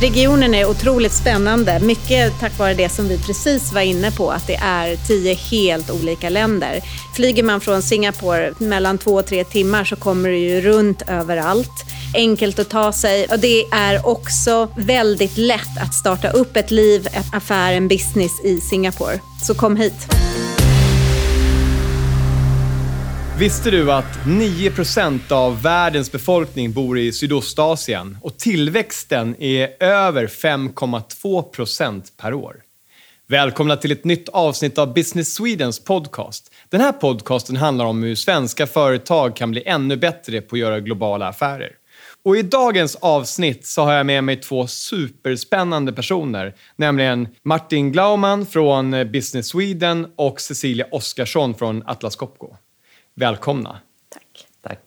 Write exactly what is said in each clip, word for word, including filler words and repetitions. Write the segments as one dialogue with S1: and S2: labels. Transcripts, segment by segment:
S1: Regionen är otroligt spännande, mycket tack vare det som vi precis var inne på, att det är tio helt olika länder. Flyger man från Singapore mellan två och tre timmar så kommer det ju runt överallt. Enkelt att ta sig, och det är också väldigt lätt att starta upp ett liv, en affär, en business i Singapore. Så kom hit!
S2: Visste du att nio procent av världens befolkning bor i Sydostasien och tillväxten är över fem komma två procent per år? Välkomna till ett nytt avsnitt av Business Swedens podcast. Den här podcasten handlar om hur svenska företag kan bli ännu bättre på att göra globala affärer. Och i dagens avsnitt så har jag med mig två superspännande personer, nämligen Martin Glaumann från Business Sweden och Cecilia Oskarsson från Atlas Copco. Välkomna.
S1: Tack.
S3: Tack.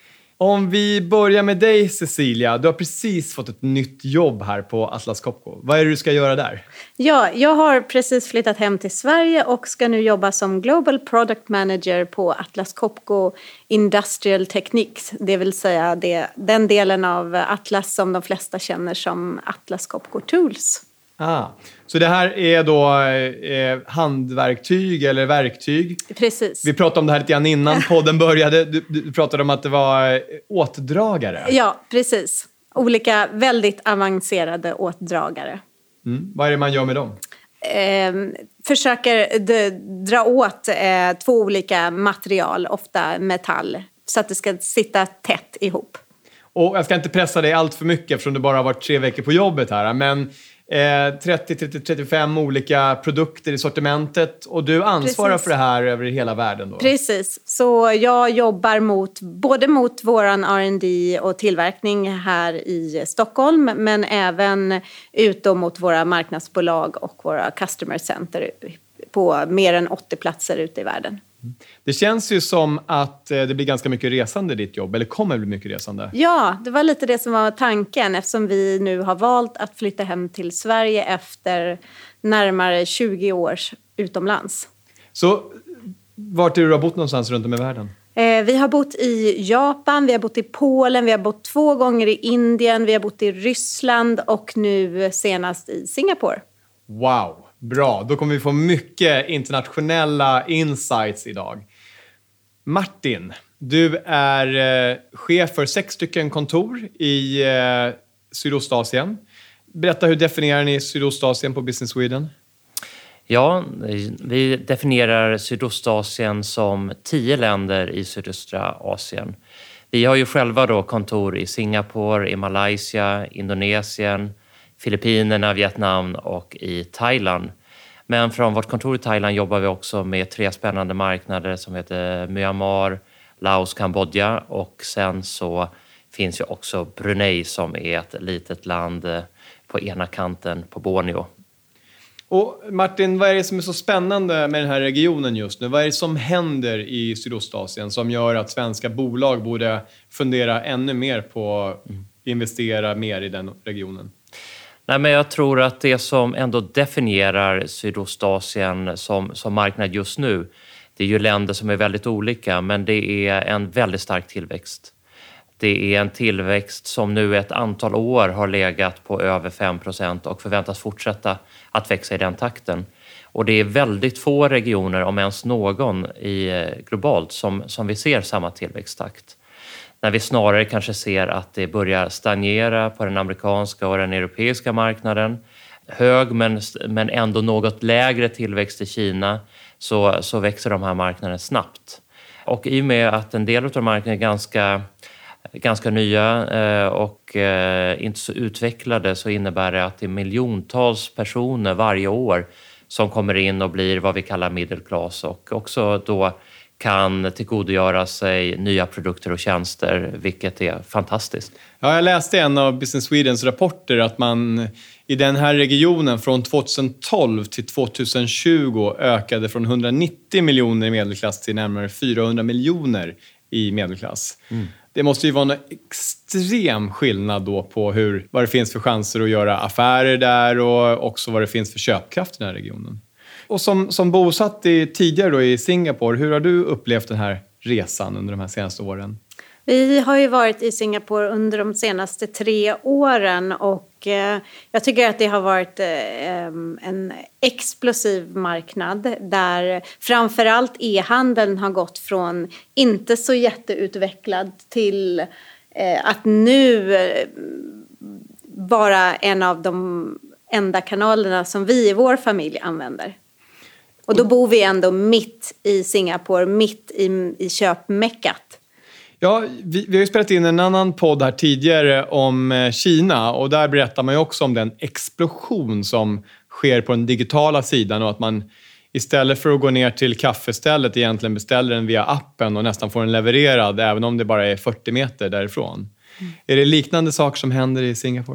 S2: Om vi börjar med dig, Cecilia. Du har precis fått ett nytt jobb här på Atlas Copco. Vad är det du ska göra där?
S1: Ja, jag har precis flyttat hem till Sverige och ska nu jobba som Global Product Manager på Atlas Copco Industrial Techniques. Det vill säga det, den delen av Atlas som de flesta känner som Atlas Copco Tools.
S2: Ah, så det här är då eh, handverktyg eller verktyg?
S1: Precis.
S2: Vi pratade om det här lite grann innan podden började. Du, du pratade om att det var åtdragare.
S1: Ja, precis. Olika väldigt avancerade åtdragare.
S2: Mm. Vad är det man gör med dem?
S1: Eh, försöker d- dra åt eh, två olika material, ofta metall, så att det ska sitta tätt ihop.
S2: Och jag ska inte pressa dig allt för mycket eftersom du bara har varit tre veckor på jobbet här. Men eh, trettio till trettiofem olika produkter i sortimentet. Och du ansvarar
S1: Precis.
S2: för det här över hela världen då?
S1: Precis. Så jag jobbar mot, både mot våran R and D och tillverkning här i Stockholm. Men även utom mot våra marknadsbolag och våra customer center på mer än åttio platser ute i världen.
S2: Det känns ju som att det blir ganska mycket resande i ditt jobb. Eller kommer det bli mycket resande?
S1: Ja, det var lite det som var tanken. Eftersom vi nu har valt att flytta hem till Sverige efter närmare tjugo års utomlands.
S2: Så vart är du har bott någonstans runt om i världen?
S1: Eh, vi har bott i Japan, vi har bott i Polen, vi har bott två gånger i Indien, vi har bott i Ryssland och nu senast i Singapore.
S2: Wow! Bra, då kommer vi få mycket internationella insights idag. Martin, du är eh, chef för sex stycken kontor i eh, Sydostasien. Berätta, hur definierar ni Sydostasien på Business Sweden?
S3: Ja, vi definierar Sydostasien som tio länder i sydöstra Asien. Vi har ju själva då kontor i Singapore, i Malaysia, Indonesien, Filippinerna, Vietnam och i Thailand. Men från vårt kontor i Thailand jobbar vi också med tre spännande marknader som heter Myanmar, Laos, Kambodja och sen så finns ju också Brunei som är ett litet land på ena kanten på Borneo.
S2: Och Martin, vad är det som är så spännande med den här regionen just nu? Vad är det som händer i Sydostasien som gör att svenska bolag borde fundera ännu mer på att investera mer i den regionen?
S3: Nej, men jag tror att det som ändå definierar Sydostasien som, som marknad just nu, det är ju länder som är väldigt olika, men det är en väldigt stark tillväxt. Det är en tillväxt som nu ett antal år har legat på över fem procent och förväntas fortsätta att växa i den takten. Och det är väldigt få regioner, om ens någon, i, globalt som, som vi ser samma tillväxttakt. När vi snarare kanske ser att det börjar stagnera på den amerikanska och den europeiska marknaden. Hög men, men ändå något lägre tillväxt i Kina, så, så växer de här marknaderna snabbt. Och i och med att en del av marknaden är ganska, ganska nya eh, och eh, inte så utvecklade, så innebär det att det är miljontals personer varje år som kommer in och blir vad vi kallar middle class och också då kan tillgodogöra sig nya produkter och tjänster, vilket är fantastiskt.
S2: Ja, jag läste en av Business Swedens rapporter att man i den här regionen från tjugotolv till tjugotjugo ökade från hundranittio miljoner i medelklass till närmare fyrahundra miljoner i medelklass. Mm. Det måste ju vara en extrem skillnad då på hur, vad det finns för chanser att göra affärer där och också vad det finns för köpkraft i den här regionen. Och som, som bosatt i, tidigare då i Singapore, hur har du upplevt den här resan under de här senaste åren?
S1: Vi har ju varit i Singapore under de senaste tre åren och eh, jag tycker att det har varit eh, en explosiv marknad där framförallt e-handeln har gått från inte så jätteutvecklad till eh, att nu eh, vara en av de enda kanalerna som vi i vår familj använder. Och då bor vi ändå mitt i Singapore, mitt i, i köpmeckat.
S2: Ja, vi, vi har ju spelat in en annan podd här tidigare om Kina och där berättar man ju också om den explosion som sker på den digitala sidan och att man istället för att gå ner till kaffestället egentligen beställer den via appen och nästan får den levererad även om det bara är fyrtio meter därifrån. Mm. Är det liknande saker som händer i Singapore?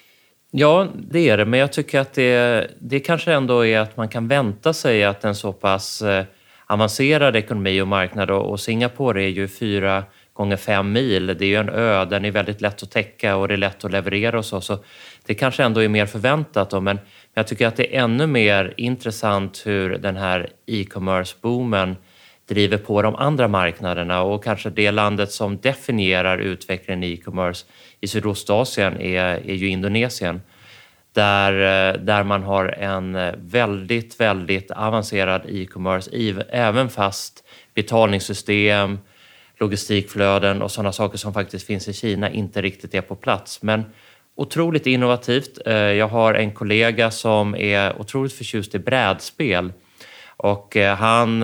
S3: Ja, det är det. Men jag tycker att det, det kanske ändå är att man kan vänta sig att en så pass eh, avancerad ekonomi och marknad och, och Singapore är ju fyra gånger fem mil. Det är ju en ö, den är väldigt lätt att täcka och det är lätt att leverera och så. Så det kanske ändå är mer förväntat då, men, men jag tycker att det är ännu mer intressant hur den här e-commerce-boomen driver på de andra marknaderna och kanske det landet som definierar utvecklingen i e-commerce i Sydostasien är, är ju Indonesien. Där, där man har en väldigt, väldigt avancerad e-commerce, även fast betalningssystem, logistikflöden och sådana saker som faktiskt finns i Kina inte riktigt är på plats. Men otroligt innovativt. Jag har en kollega som är otroligt förtjust i brädspel. Och han,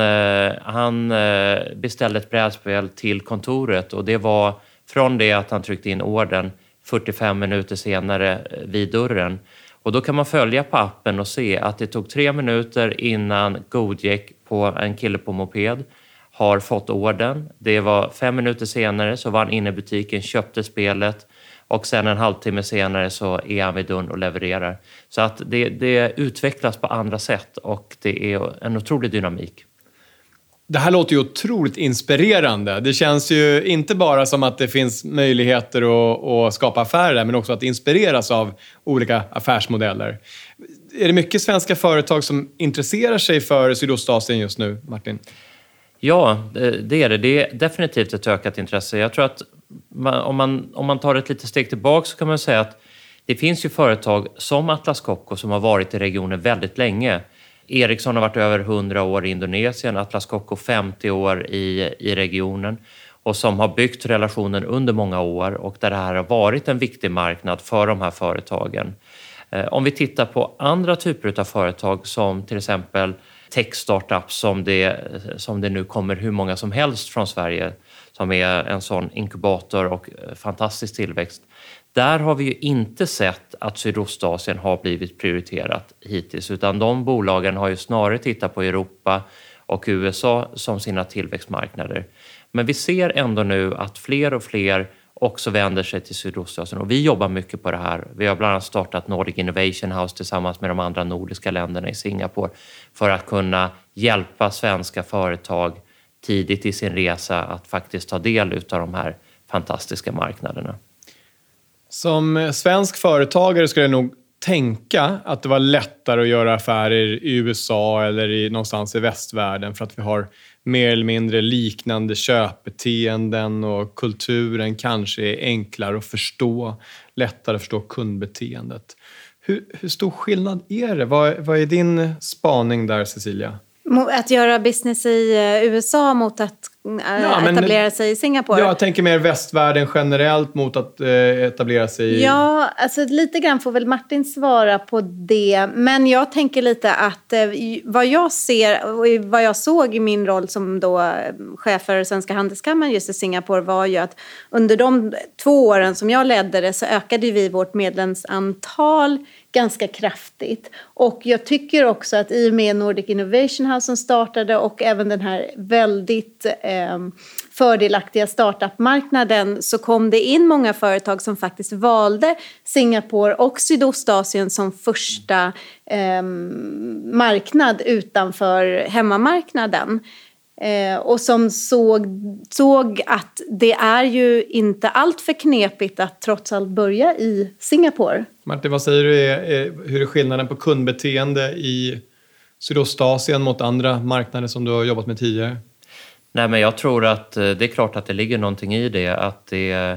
S3: han beställde ett brädspel till kontoret och det var från det att han tryckte in ordern fyrtiofem minuter senare vid dörren. Och då kan man följa på appen och se att det tog tre minuter innan Gojek på en kille på moped har fått ordern. Det var fem minuter senare så var han inne i butiken, köpte spelet och sen en halvtimme senare så är han vid dörren och levererar. Så att det, det utvecklas på andra sätt och det är en otrolig dynamik.
S2: Det här låter ju otroligt inspirerande. Det känns ju inte bara som att det finns möjligheter att, att skapa affärer men också att inspireras av olika affärsmodeller. Är det mycket svenska företag som intresserar sig för Sydostasien just nu, Martin?
S3: Ja, det är det. Det är definitivt ett ökat intresse. Jag tror att man, om, man, om man tar ett litet steg tillbaka så kan man säga att det finns ju företag som Atlas Copco som har varit i regionen väldigt länge. Ericsson har varit över hundra år i Indonesien, Atlas Copco femtio år i, i regionen och som har byggt relationen under många år och där det här har varit en viktig marknad för de här företagen. Eh, om vi tittar på andra typer av företag som till exempel tech-startups som det, som det nu kommer hur många som helst från Sverige som är en sån inkubator och fantastisk tillväxt. Där har vi ju inte sett att Sydostasien har blivit prioriterat hittills utan de bolagen har ju snarare tittat på Europa och U S A som sina tillväxtmarknader. Men vi ser ändå nu att fler och fler också vänder sig till Sydostasien och vi jobbar mycket på det här. Vi har bland annat startat Nordic Innovation House tillsammans med de andra nordiska länderna i Singapore för att kunna hjälpa svenska företag tidigt i sin resa att faktiskt ta del av de här fantastiska marknaderna.
S2: Som svensk företagare skulle jag nog tänka att det var lättare att göra affärer i U S A eller i, någonstans i västvärlden för att vi har mer eller mindre liknande köpbeteenden och kulturen kanske är enklare att förstå, lättare att förstå kundbeteendet. Hur, hur stor skillnad är det? Vad, vad är din spaning där, Cecilia?
S1: Att göra business i U S A mot att ja, etablera men, sig i Singapore?
S2: Ja, jag tänker mer västvärlden generellt mot att eh, etablera sig i...
S1: Ja, alltså lite grann får väl Martin svara på det. Men jag tänker lite att eh, vad jag ser och vad jag såg i min roll som då chef för Svenska Handelskammaren just i Singapore var ju att under de två åren som jag ledde det så ökade vi vårt medlemsantal ganska kraftigt. Och jag tycker också att i och med Nordic Innovation House som startade och även den här väldigt eh, fördelaktiga startup-marknaden så kom det in många företag som faktiskt valde Singapore och Sydostasien som första eh, marknad utanför hemmamarknaden. Eh, och som såg, såg att det är ju inte allt för knepigt att trots allt börja i Singapore.
S2: Martin, vad säger du? Är, är, hur är skillnaden på kundbeteende i Sydostasien mot andra marknader som du har jobbat med tidigare?
S3: Nej, men jag tror att det är klart att det ligger någonting i det. Att det,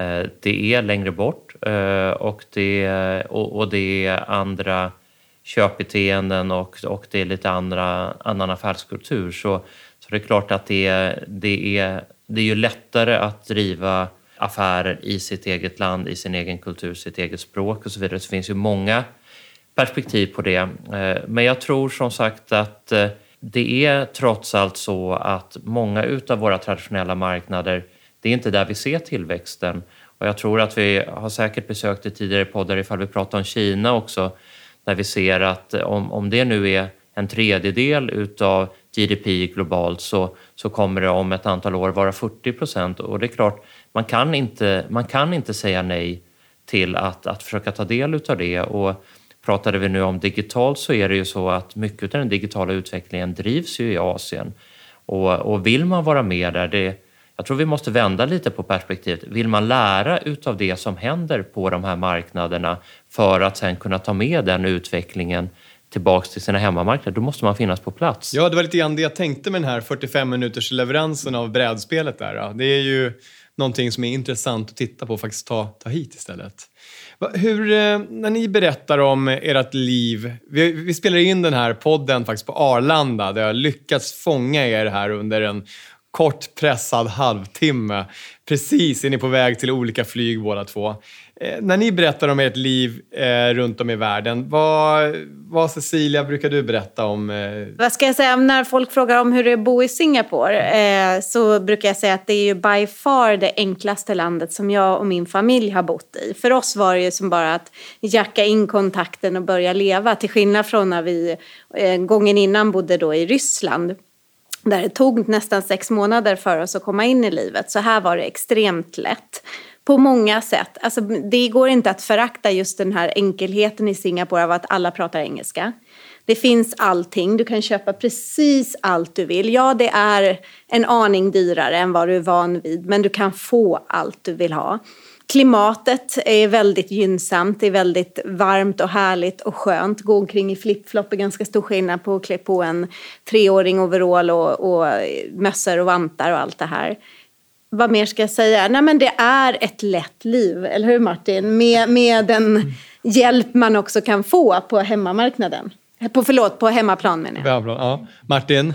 S3: det är längre bort och det, och det är andra köpbeteenden och, och det är lite andra, annan affärskultur. Så, så det är klart att det, det, är, det är ju lättare att driva affärer i sitt eget land, i sin egen kultur, sitt eget språk och så vidare. Det finns ju många perspektiv på det. Men jag tror som sagt att det är trots allt så att många utav våra traditionella marknader, det är inte där vi ser tillväxten. Och jag tror att vi har säkert besökt det tidigare poddar ifall vi pratar om Kina också, där vi ser att om, om det nu är en tredjedel utav G D P globalt så, så kommer det om ett antal år vara fyrtio procent. Och det är klart, man kan inte, man kan inte säga nej till att, att försöka ta del utav det. Och pratade vi nu om digitalt så är det ju så att mycket av den digitala utvecklingen drivs ju i Asien. Och, och vill man vara med där, det, jag tror vi måste vända lite på perspektivet. Vill man lära utav det som händer på de här marknaderna för att sen kunna ta med den utvecklingen tillbaks till sina hemmamarknader, då måste man finnas på plats.
S2: Ja, det var lite grann det jag tänkte med den här fyrtiofem minuters leveransen av brädspelet där. Ja. Det är ju någonting som är intressant att titta på och faktiskt ta, ta hit istället. Hur, när ni berättar om ert liv, vi, vi spelar in den här podden faktiskt på Arlanda där jag har lyckats fånga er här under en kort pressad halvtimme. Precis är ni på väg till olika flyg båda två. Eh, när ni berättar om ert liv eh, runt om i världen, vad, vad Cecilia brukar du berätta om? Eh...
S1: Vad ska jag säga, när folk frågar om hur det är att bo i Singapore eh, så brukar jag säga att det är ju by far det enklaste landet som jag och min familj har bott i. För oss var det ju som bara att jacka in kontakten och börja leva, till skillnad från när vi eh, gången innan bodde då i Ryssland. Där det tog nästan sex månader för oss att komma in i livet. Så här var det extremt lätt. På många sätt. Alltså, det går inte att förakta just den här enkelheten i Singapore av att alla pratar engelska. Det finns allting. Du kan köpa precis allt du vill. Ja, det är en aning dyrare än vad du är van vid. Men du kan få allt du vill ha. Klimatet är väldigt gynnsamt, det är väldigt varmt och härligt och skönt. Gå omkring i flip-flop är ganska stor skillnad på att klä på en treåring overall och, och mössor och vantar och allt det här. Vad mer ska jag säga? Nej, men det är ett lätt liv, eller hur Martin? Med, med den hjälp man också kan få på hemmamarknaden. På, förlåt, på hemmaplan menar jag.
S2: Ja. Martin?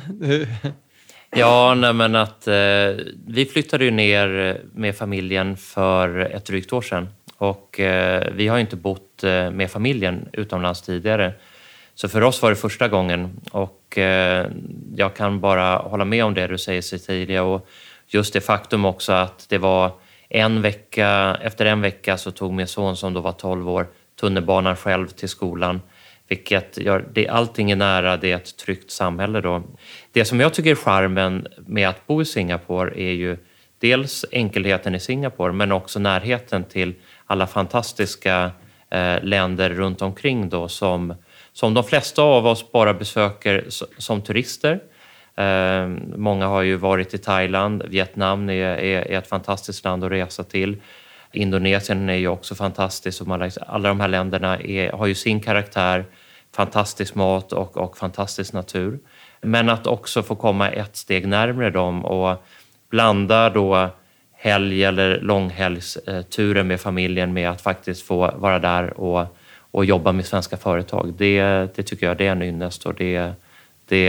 S3: Ja, nej, men att eh, vi flyttade ju ner med familjen för ett drygt år sedan. Och eh, vi har ju inte bott eh, med familjen utomlands tidigare. Så för oss var det första gången. Och eh, jag kan bara hålla med om det du säger, Cecilia. Och just det faktum också att det var en vecka, efter en vecka så tog min son som då var tolv år tunnelbanan själv till skolan. Vilket gör, det, allting är nära, det är ett tryggt samhälle då. Det som jag tycker är charmen med att bo i Singapore är ju dels enkelheten i Singapore men också närheten till alla fantastiska eh, länder runt omkring då som, som de flesta av oss bara besöker som turister. Eh, många har ju varit i Thailand, Vietnam är, är, är ett fantastiskt land att resa till. Indonesien är ju också fantastiskt och alla de här länderna är, har ju sin karaktär, fantastisk mat och, och fantastisk natur. Men att också få komma ett steg närmare dem och blanda då helg eller långhelgsturen med familjen med att faktiskt få vara där och, och jobba med svenska företag. Det, det tycker jag det är en ynnest och det, det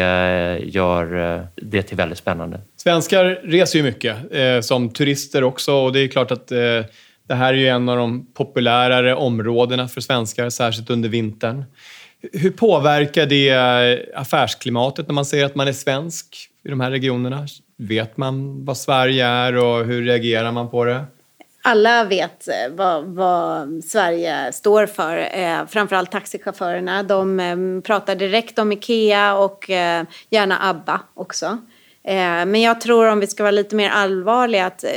S3: gör det till väldigt spännande.
S2: Svenskar reser ju mycket eh, som turister också och det är klart att eh, det här är ju en av de populärare områdena för svenskar, särskilt under vintern. Hur påverkar det affärsklimatet när man säger att man är svensk i de här regionerna? Vet man vad Sverige är och hur reagerar man på det?
S1: Alla vet vad, vad Sverige står för, eh, framförallt taxichaufförerna. De eh, pratar direkt om Ikea och eh, gärna ABBA också. Eh, men jag tror om vi ska vara lite mer allvarliga att eh,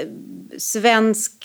S1: svensk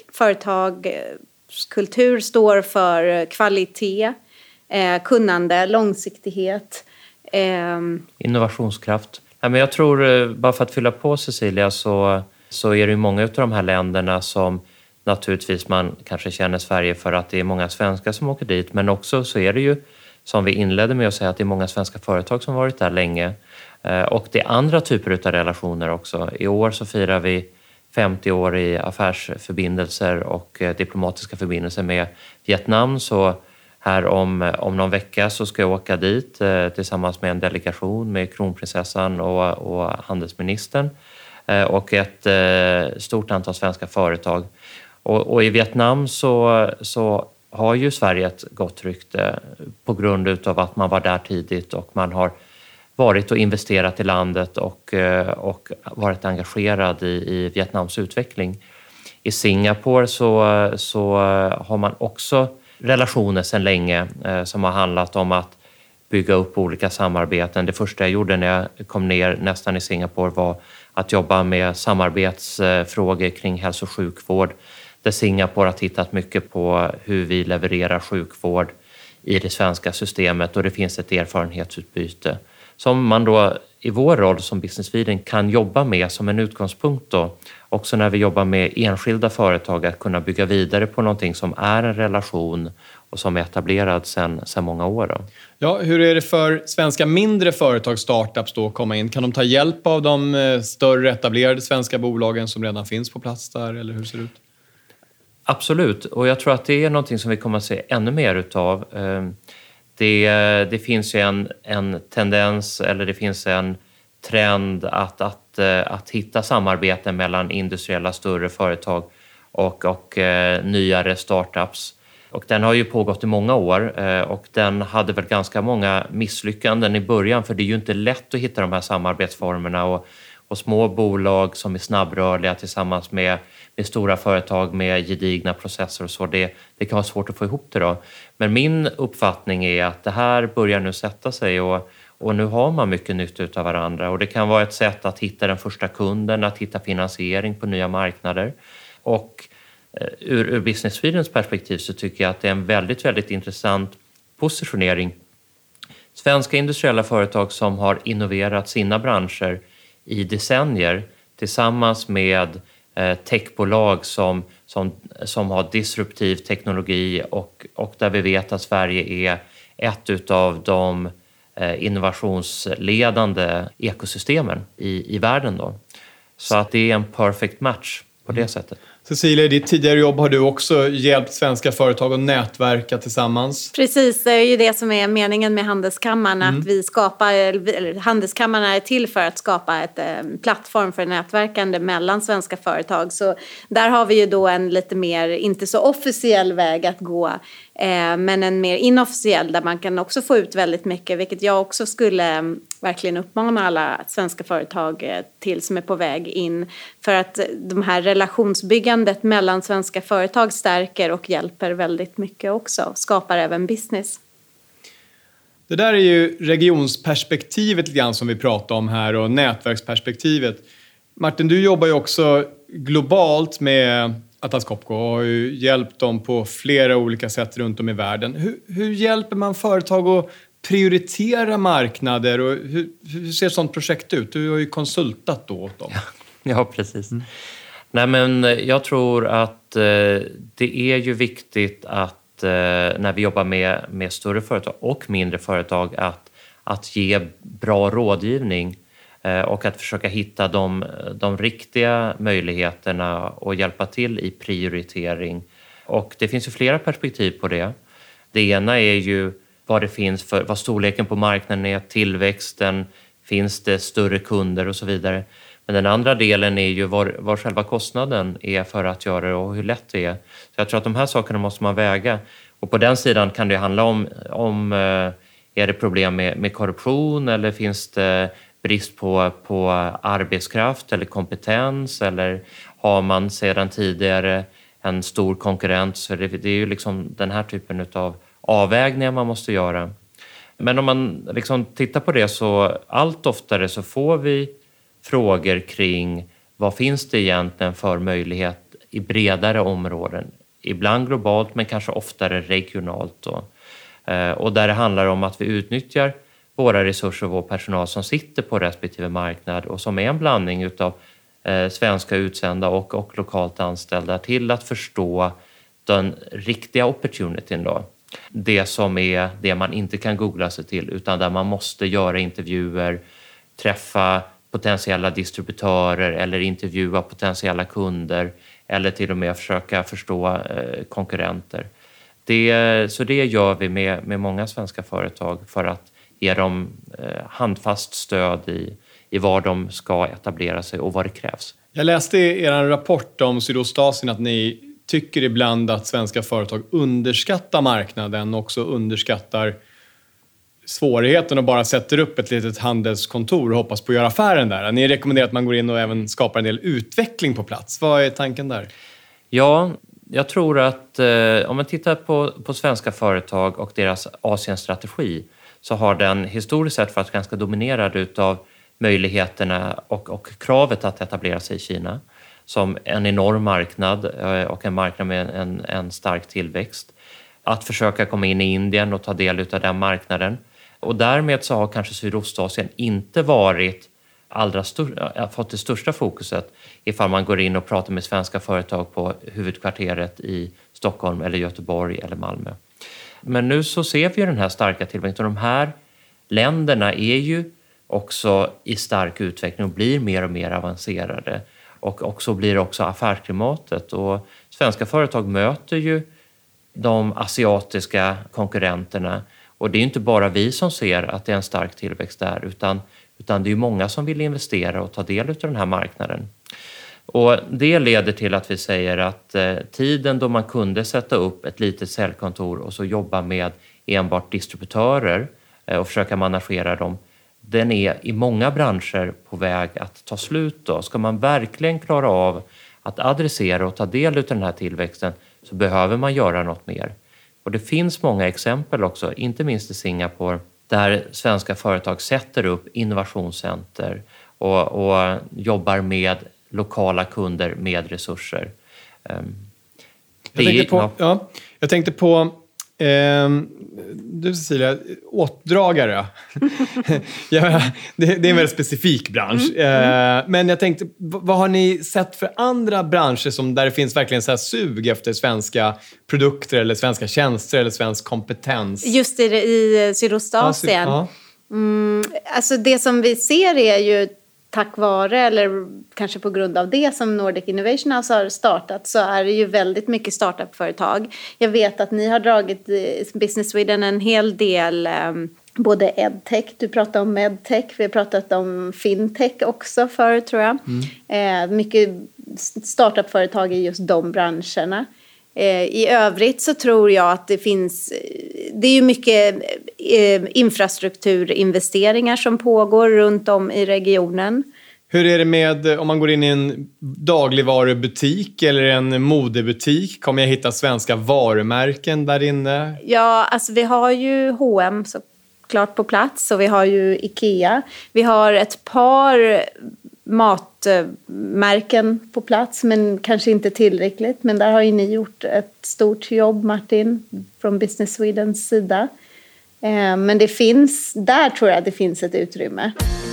S1: företagskultur står för kvalitet, eh, kunnande, långsiktighet. Eh.
S3: Innovationskraft. Ja, men jag tror, bara för att fylla på Cecilia, så, så är det ju många av de här länderna som naturligtvis man kanske känner Sverige för att det är många svenskar som åker dit. Men också så är det ju, som vi inledde med att säga, att det är många svenska företag som varit där länge. Och det är andra typer av relationer också. I år så firar vi femtio år i affärsförbindelser och diplomatiska förbindelser med Vietnam. Så här om, om någon vecka så ska jag åka dit eh, tillsammans med en delegation med kronprinsessan och, och handelsministern eh, och ett eh, stort antal svenska företag. Och, och i Vietnam så, så har ju Sverige ett gott rykte på grund av att man var där tidigt och man har varit och investerat i landet och, eh, och varit engagerad i, i Vietnams utveckling. I Singapore så, så har man också relationer sedan länge eh, som har handlat om att bygga upp olika samarbeten. Det första jag gjorde när jag kom ner nästan i Singapore var att jobba med samarbetsfrågor kring hälso- och sjukvård. Där Singapore har tittat mycket på hur vi levererar sjukvård i det svenska systemet och det finns ett erfarenhetsutbyte som man då i vår roll som Business Sweden kan jobba med som en utgångspunkt då. Också när vi jobbar med enskilda företag att kunna bygga vidare på någonting som är en relation och som är etablerad sedan, sedan många år. Då.
S2: Ja, hur är det för svenska mindre företag, startups då, att komma in? Kan de ta hjälp av de större etablerade svenska bolagen som redan finns på plats där, eller hur ser det ut?
S3: Absolut, och jag tror att det är någonting som vi kommer att se ännu mer utav. Det, det finns ju en, en tendens, eller det finns en trend att, att, att hitta samarbeten mellan industriella större företag och, och eh, nyare startups. Och den har ju pågått i många år eh, och den hade väl ganska många misslyckanden i början för det är ju inte lätt att hitta de här samarbetsformerna och, och små bolag som är snabbrörliga tillsammans med, med stora företag med gedigna processer och så. Det, det kan vara svårt att få ihop det då. Men min uppfattning är att det här börjar nu sätta sig och Och nu har man mycket nytta av varandra och det kan vara ett sätt att hitta den första kunden, att hitta finansiering på nya marknader. Och ur, ur Business Swedens perspektiv så tycker jag att det är en väldigt, väldigt intressant positionering. Svenska industriella företag som har innoverat sina branscher i decennier tillsammans med eh, techbolag som, som, som har disruptiv teknologi och, och där vi vet att Sverige är ett utav de innovationsledande ekosystemen i, i världen då. Så att det är en perfect match på det mm. sättet.
S2: Cecilia, i ditt tidigare jobb har du också hjälpt svenska företag att nätverka tillsammans.
S1: Precis, det är ju det som är meningen med Handelskammaren. Mm. Att vi skapar, eller Handelskammaren är till för att skapa ett eh, plattform för nätverkande mellan svenska företag. Så där har vi ju då en lite mer, inte så officiell väg att gå. Eh, men en mer inofficiell där man kan också få ut väldigt mycket. Vilket jag också skulle eh, verkligen uppmana alla svenska företag eh, till som är på väg in. För att de här relationsbyggandet mellan svenska företag stärker och hjälper väldigt mycket också. Skapar även business.
S2: Det där är ju regionsperspektivet lite grann som vi pratar om här och nätverksperspektivet. Martin, du jobbar ju också globalt med Atlas Copco och har ju hjälpt dem på flera olika sätt runt om i världen. Hur, hur hjälper man företag att prioritera marknader och hur, hur ser ett sådant projekt ut? Du har ju konsultat då åt dem.
S3: Ja, ja precis. Mm. Nej, men jag tror att eh, det är ju viktigt att eh, när vi jobbar med, med större företag och mindre företag att, att ge bra rådgivning eh, och att försöka hitta de, de riktiga möjligheterna och hjälpa till i prioritering. Och det finns ju flera perspektiv på det. Det ena är ju vad det finns för, vad storleken på marknaden är, tillväxten, finns det större kunder och så vidare. Men den andra delen är ju var, var själva kostnaden är för att göra det och hur lätt det är. Så jag tror att de här sakerna måste man väga. Och på den sidan kan det handla om, om är det problem med, med korruption eller finns det brist på, på arbetskraft eller kompetens eller har man sedan tidigare en stor konkurrent. Så det, det är ju liksom den här typen av avvägningar man måste göra. Men om man liksom tittar på det så allt oftare så får vi frågor kring vad finns det egentligen för möjlighet i bredare områden. Ibland globalt men kanske oftare regionalt. Då. Och där det handlar om att vi utnyttjar våra resurser och vår personal som sitter på respektive marknad och som är en blandning utav eh, svenska utsända och, och lokalt anställda till att förstå den riktiga opportunityn då. Det som är det man inte kan googla sig till utan där man måste göra intervjuer, träffa potentiella distributörer eller intervjua potentiella kunder eller till och med försöka förstå eh, konkurrenter. Det, så det gör vi med, med många svenska företag för att ge dem eh, handfast stöd i, i var de ska etablera sig och vad det krävs.
S2: Jag läste i er rapport om Sydostasien att ni tycker ibland att svenska företag underskattar marknaden och också underskattar svårigheten och bara sätter upp ett litet handelskontor och hoppas på att göra affären där. Ni rekommenderar att man går in och även skapar en del utveckling på plats. Vad är tanken där?
S3: Ja, jag tror att eh, om man tittar på, på svenska företag och deras Asienstrategi så har den historiskt sett varit ganska dominerad utav möjligheterna och, och kravet att etablera sig i Kina som en enorm marknad och en marknad med en, en stark tillväxt. Att försöka komma in i Indien och ta del av den marknaden. Och därmed så har kanske Sydostasien inte varit allra stor, fått det största fokuset ifall man går in och pratar med svenska företag på huvudkvarteret i Stockholm eller Göteborg eller Malmö. Men nu så ser vi ju den här starka tillväxten och de här länderna är ju också i stark utveckling och blir mer och mer avancerade. Och också blir också affärsklimatet. Och svenska företag möter ju de asiatiska konkurrenterna. Och det är inte bara vi som ser att det är en stark tillväxt där utan, utan det är många som vill investera och ta del av den här marknaden. Och det leder till att vi säger att eh, tiden då man kunde sätta upp ett litet säljkontor och så jobba med enbart distributörer eh, och försöka managera dem, den är i många branscher på väg att ta slut då. Ska man verkligen klara av att adressera och ta del av den här tillväxten så behöver man göra något mer. Och det finns många exempel också, inte minst i Singapore, där svenska företag sätter upp innovationscenter och, och jobbar med lokala kunder med resurser.
S2: Jag tänkte på, ja, jag tänkte på eh, du Cecilia, åtdragare. ja, det, det är en väldigt specifik bransch. Mm. Eh, men jag tänkte, vad har ni sett för andra branscher som där det finns verkligen så här sug efter svenska produkter eller svenska tjänster eller svensk kompetens?
S1: Just i, i Sydostasien. Ja, ja. Mm, alltså det som vi ser är ju tack vare, eller kanske på grund av det som Nordic Innovation House har startat, så är det ju väldigt mycket startup-företag. Jag vet att ni har dragit Business Sweden en hel del, både edtech, du pratade om medtech, vi har pratat om fintech också förr tror jag. Mm. Mycket startup-företag i just de branscherna. I övrigt så tror jag att det finns, det är ju mycket infrastrukturinvesteringar som pågår runt om i regionen.
S2: Hur är det med om man går in i en dagligvarubutik eller en modebutik? Kommer jag hitta svenska varumärken där inne?
S1: Ja, alltså vi har ju H och M så klart på plats och vi har ju Ikea. Vi har ett par matmärken på plats men kanske inte tillräckligt. Men där har ju ni gjort ett stort jobb, Martin, från Business Swedens sida. Men det finns, där tror jag att det finns ett utrymme.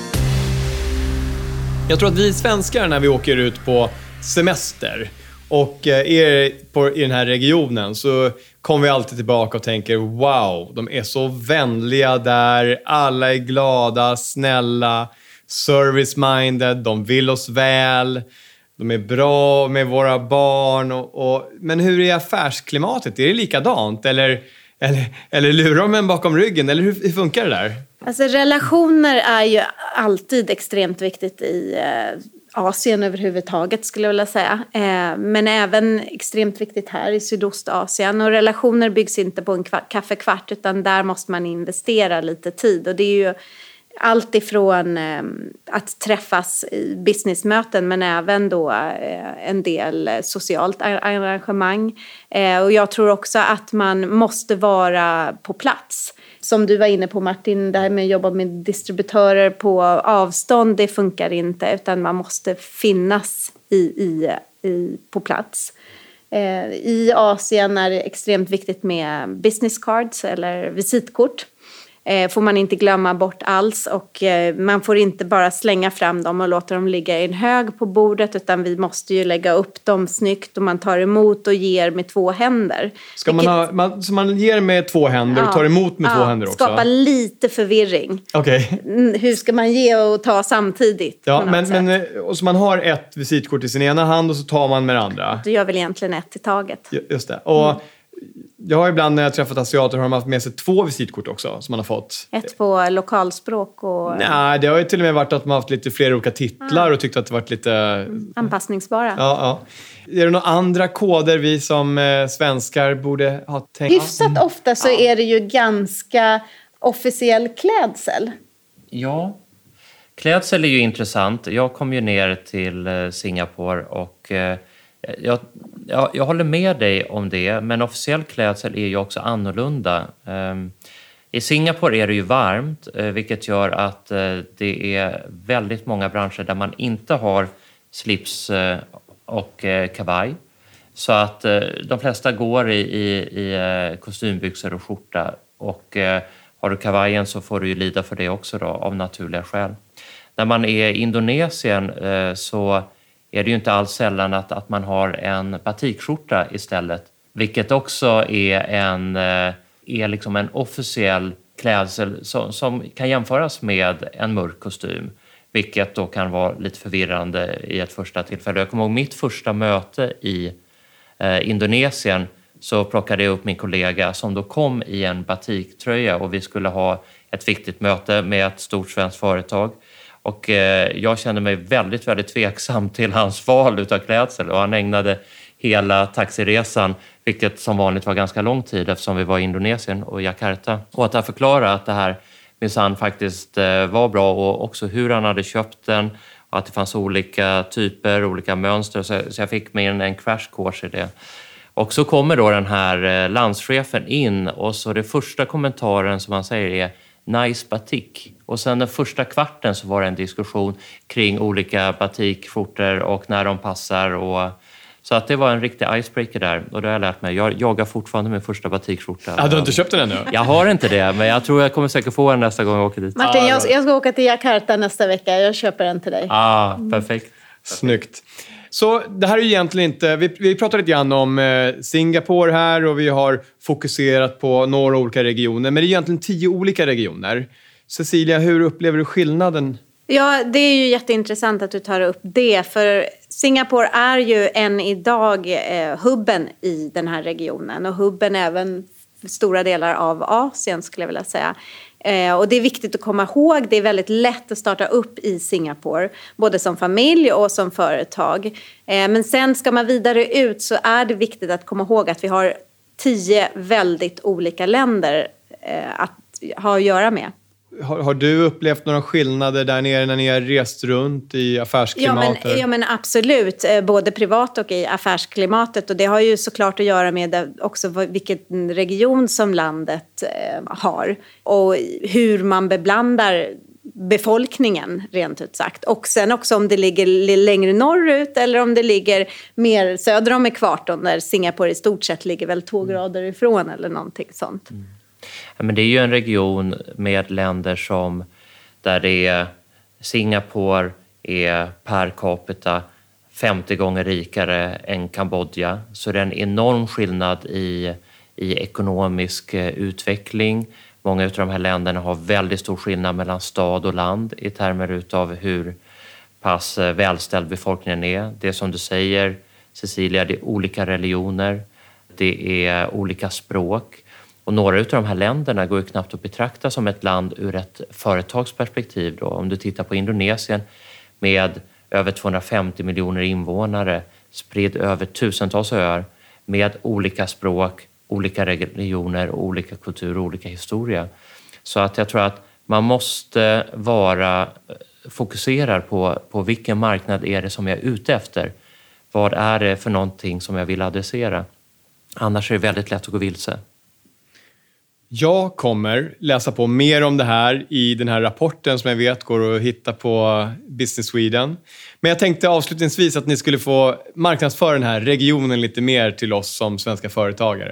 S2: Jag tror att vi svenskar när vi åker ut på semester och är på, i den här regionen så kommer vi alltid tillbaka och tänker wow, de är så vänliga där, alla är glada, snälla, service-minded, de vill oss väl, de är bra med våra barn. Och, och, men hur är affärsklimatet? Är det likadant? Eller, eller, eller lurar de en bakom ryggen? Eller hur, hur funkar det där?
S1: Alltså relationer är ju alltid extremt viktigt i eh, Asien överhuvudtaget skulle jag vilja säga. Eh, men även extremt viktigt här i Sydostasien. Och relationer byggs inte på en kva- kaffekvart utan där måste man investera lite tid. Och det är ju allt ifrån eh, att träffas i businessmöten men även då eh, en del socialt arrangemang. Eh, och jag tror också att man måste vara på plats. Som du var inne på Martin, det här med att jobba med distributörer på avstånd, det funkar inte utan man måste finnas i, i, i, på plats. Eh, I Asien är det extremt viktigt med business cards eller visitkort. eh, får man inte glömma bort alls. Och eh, man får inte bara slänga fram dem och låta dem ligga i en hög på bordet, utan vi måste ju lägga upp dem snyggt och man tar emot och ger med två händer.
S2: Ska man ha, man, så man ger med två händer
S1: ja,
S2: och tar emot med
S1: ja,
S2: två händer också?
S1: Skapa lite förvirring.
S2: Okej.
S1: Okay. Hur ska man ge och ta samtidigt?
S2: Ja, men, men och så man har ett visitkort i sin ena hand och så tar man med det andra.
S1: Du gör väl egentligen ett i taget.
S2: Just det. Och mm. jag har ibland när jag träffat asiater har de haft med sig två visitkort också som man har fått.
S1: Ett på lokalspråk och...
S2: Nej, det har ju till och med varit att man har haft lite fler olika titlar ah. och tyckt att det varit lite... Mm.
S1: Anpassningsbara.
S2: Ja, ja. Är det några andra koder vi som eh, svenskar borde ha tänkt?
S1: Hyfsat mm. ofta så ja. är det ju ganska officiell klädsel.
S3: Ja, klädsel är ju intressant. Jag kom ju ner till Singapore och eh, jag, jag, jag håller med dig om det. Men officiell klädsel är ju också annorlunda. Um, I Singapore är det ju varmt, eh, vilket gör att eh, det är väldigt många branscher där man inte har slips eh, och eh, kavaj. Så att eh, de flesta går i, i, i eh, kostymbyxor och skjorta och... Eh, Har du kavajen så får du ju lida för det också då, av naturliga skäl. När man är i Indonesien eh, så är det ju inte alls sällan att, att man har en batikskjorta istället. Vilket också är en, eh, är liksom en officiell klädsel som, som kan jämföras med en mörk kostym. Vilket då kan vara lite förvirrande i ett första tillfälle. Jag kommer ihåg mitt första möte i eh, Indonesien. Så plockade jag upp min kollega som då kom i en batiktröja och vi skulle ha ett viktigt möte med ett stort svenskt företag. Och eh, jag kände mig väldigt, väldigt tveksam till hans val utav klädsel och han ägnade hela taxiresan, vilket som vanligt var ganska lång tid eftersom vi var i Indonesien och Jakarta. Och att jag förklarade att det här minsann faktiskt eh, var bra och också hur han hade köpt den och att det fanns olika typer, olika mönster. Så, så jag fick med en, en crash course i det. Och så kommer då den här landschefen in och så det första kommentaren som han säger är nice batik. Och sen den första kvarten så var det en diskussion kring olika batikskjortor och när de passar. Och, så att det var en riktig icebreaker där och det har jag lärt mig. Jag jagar fortfarande min första batikskjorta.
S2: Ja, du har inte köpt den ännu?
S3: Jag har inte det, men jag tror jag kommer säkert få den nästa gång jag åker dit.
S1: Martin, jag, jag ska åka till Jakarta nästa vecka. Jag köper den till dig.
S3: Ah, perfekt.
S2: Snyggt. Så det här är ju egentligen inte... Vi, vi pratar lite grann om eh, Singapore här och vi har fokuserat på några olika regioner. Men det är egentligen tio olika regioner. Cecilia, hur upplever du skillnaden?
S1: Ja, det är ju jätteintressant att du tar upp det. För Singapore är ju än idag eh, hubben i den här regionen. Och hubben även för stora delar av Asien skulle jag vilja säga. Eh, och det är viktigt att komma ihåg. Det är väldigt lätt att starta upp i Singapore. Både som familj och som företag. Eh, men sen ska man vidare ut så är det viktigt att komma ihåg att vi har tio väldigt olika länder eh, att ha att göra med.
S2: Har, har du upplevt några skillnader där nere när ni har rest runt i affärsklimatet?
S1: Ja men, ja, men absolut. Både privat och i affärsklimatet. Och det har ju såklart att göra med också vilken region som landet eh, har. Och hur man beblandar befolkningen rent ut sagt. Och sen också om det ligger längre norrut eller om det ligger mer söder om ekvatorn där Singapore i stort sett ligger väl två grader ifrån eller någonting sånt. Mm.
S3: Ja, men det är ju en region med länder som där det är Singapore är per capita femtio gånger rikare än Kambodja. Så det är en enorm skillnad i, i ekonomisk utveckling. Många av de här länderna har väldigt stor skillnad mellan stad och land i termer utav hur pass välställd befolkningen är. Det som du säger, Cecilia, det är olika religioner, det är olika språk. Och några av de här länderna går ju knappt att betrakta som ett land ur ett företagsperspektiv. Då. Om du tittar på Indonesien med över tvåhundrafemtio miljoner invånare, spridd över tusentals öar med olika språk, olika religioner, olika kultur och olika historia. Så att jag tror att man måste vara fokuserad på, på vilken marknad är det som jag är ute efter. Vad är det för någonting som jag vill adressera? Annars är det väldigt lätt att gå vilse.
S2: Jag kommer läsa på mer om det här i den här rapporten som jag vet går att hitta på Business Sweden. Men jag tänkte avslutningsvis att ni skulle få marknadsföra den här regionen lite mer till oss som svenska företagare.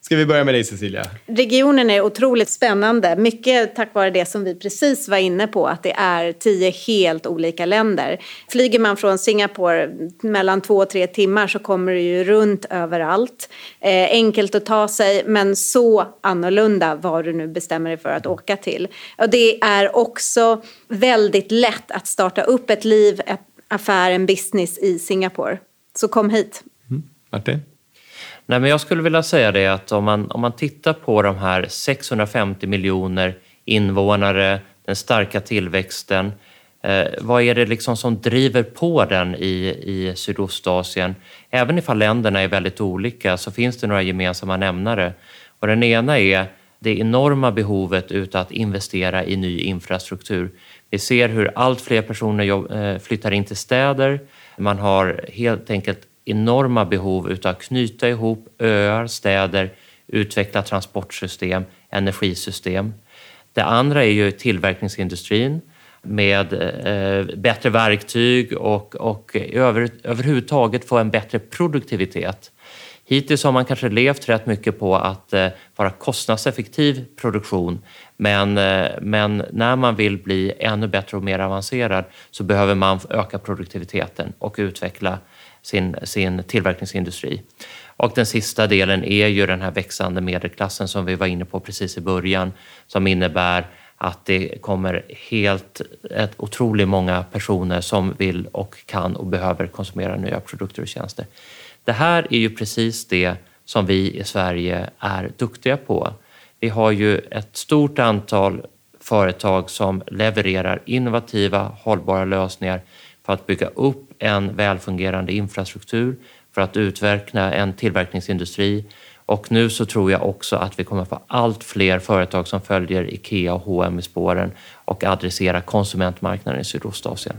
S2: Ska vi börja med dig, Cecilia?
S1: Regionen är otroligt spännande. Mycket tack vare det som vi precis var inne på, att det är tio helt olika länder. Flyger man från Singapore mellan två och tre timmar så kommer det ju runt överallt. Eh, enkelt att ta sig, men så annorlunda vad du nu bestämmer dig för att åka till. Och det är också väldigt lätt att starta upp ett liv, ett affär, en business i Singapore. Så kom hit.
S2: Mm. Martin?
S3: Nej, men jag skulle vilja säga det att om man, om man tittar på de här sexhundrafemtio miljoner invånare, den starka tillväxten, eh, vad är det liksom som driver på den i, i Sydostasien? Även ifall länderna är väldigt olika så finns det några gemensamma nämnare. Och den ena är det enorma behovet utav att investera i ny infrastruktur. Vi ser hur allt fler personer jobb, eh, flyttar in till städer. Man har helt enkelt enorma behov utav att knyta ihop öar, städer, utveckla transportsystem, energisystem. Det andra är ju tillverkningsindustrin med eh, bättre verktyg och, och över, överhuvudtaget få en bättre produktivitet. Hittills har man kanske levt rätt mycket på att eh, vara kostnadseffektiv produktion, men, eh, men när man vill bli ännu bättre och mer avancerad så behöver man öka produktiviteten och utveckla sin, sin tillverkningsindustri. Och den sista delen är ju den här växande medelklassen som vi var inne på precis i början, som innebär att det kommer helt ett otroligt många personer som vill och kan och behöver konsumera nya produkter och tjänster. Det här är ju precis det som vi i Sverige är duktiga på. Vi har ju ett stort antal företag som levererar innovativa, hållbara lösningar för att bygga upp en välfungerande infrastruktur, för att utveckla en tillverkningsindustri. Och nu så tror jag också att vi kommer få allt fler företag som följer IKEA och H och M i spåren och adresserar konsumentmarknaden i Sydostasien.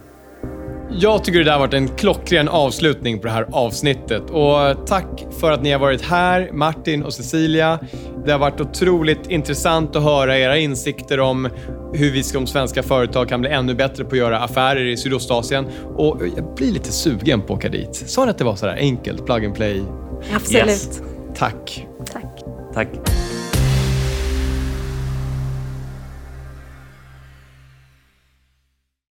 S2: Jag tycker det där har varit en klockren avslutning på det här avsnittet. Och tack för att ni har varit här, Martin och Cecilia. Det har varit otroligt intressant att höra era insikter om hur vi som svenska företag kan bli ännu bättre på att göra affärer i Sydostasien. Och jag blir lite sugen på att åka dit. Sa ni att det var så där enkelt, plug and play?
S1: Absolut.
S2: Yes. Tack.
S1: Tack.
S3: Tack.